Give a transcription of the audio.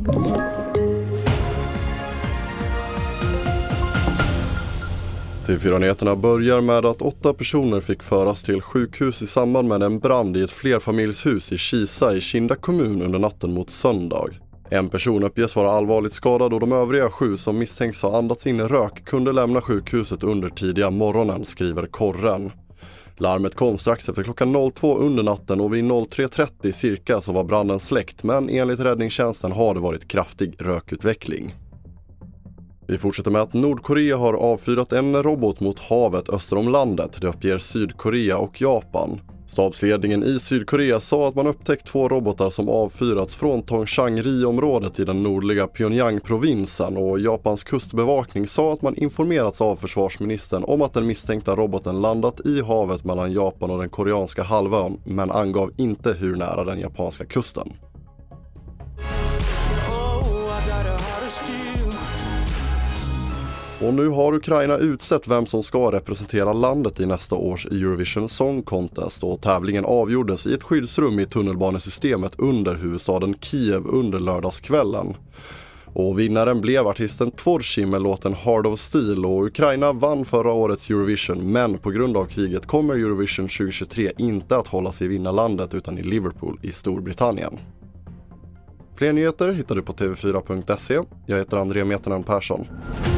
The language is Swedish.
TV4-nyheterna börjar med att 8 personer fick föras till sjukhus i samband med en brand i ett flerfamiljshus i Kisa i Kinda kommun under natten mot söndag. En person uppges vara allvarligt skadad och de övriga 7 som misstänks ha andats in rök kunde lämna sjukhuset under tidiga morgonen, skriver Korren. Larmet kom strax efter klockan 02 under natten och vid 03.30 cirka så var branden släckt, men enligt räddningstjänsten har det varit kraftig rökutveckling. Vi fortsätter med att Nordkorea har avfyrat en robot mot havet öster om landet, det uppger Sydkorea och Japan. Stabsledningen i Sydkorea sa att man upptäckt 2 robotar som avfyrats från Tongchang-ri-området i den nordliga Pyongyang-provinsen, och Japans kustbevakning sa att man informerats av försvarsministern om att den misstänkta roboten landat i havet mellan Japan och den koreanska halvön, men angav inte hur nära den japanska kusten. Och nu har Ukraina utsett vem som ska representera landet i nästa års Eurovision Song Contest, och tävlingen avgjordes i ett skyddsrum i tunnelbanesystemet under huvudstaden Kiev under lördagskvällen. Och vinnaren blev artisten Tvorchi med låten Heart of Steel, och Ukraina vann förra årets Eurovision, men på grund av kriget kommer Eurovision 2023 inte att hållas i vinnarlandet utan i Liverpool i Storbritannien. Fler nyheter hittar du på tv4.se. Jag heter André Metenen Persson.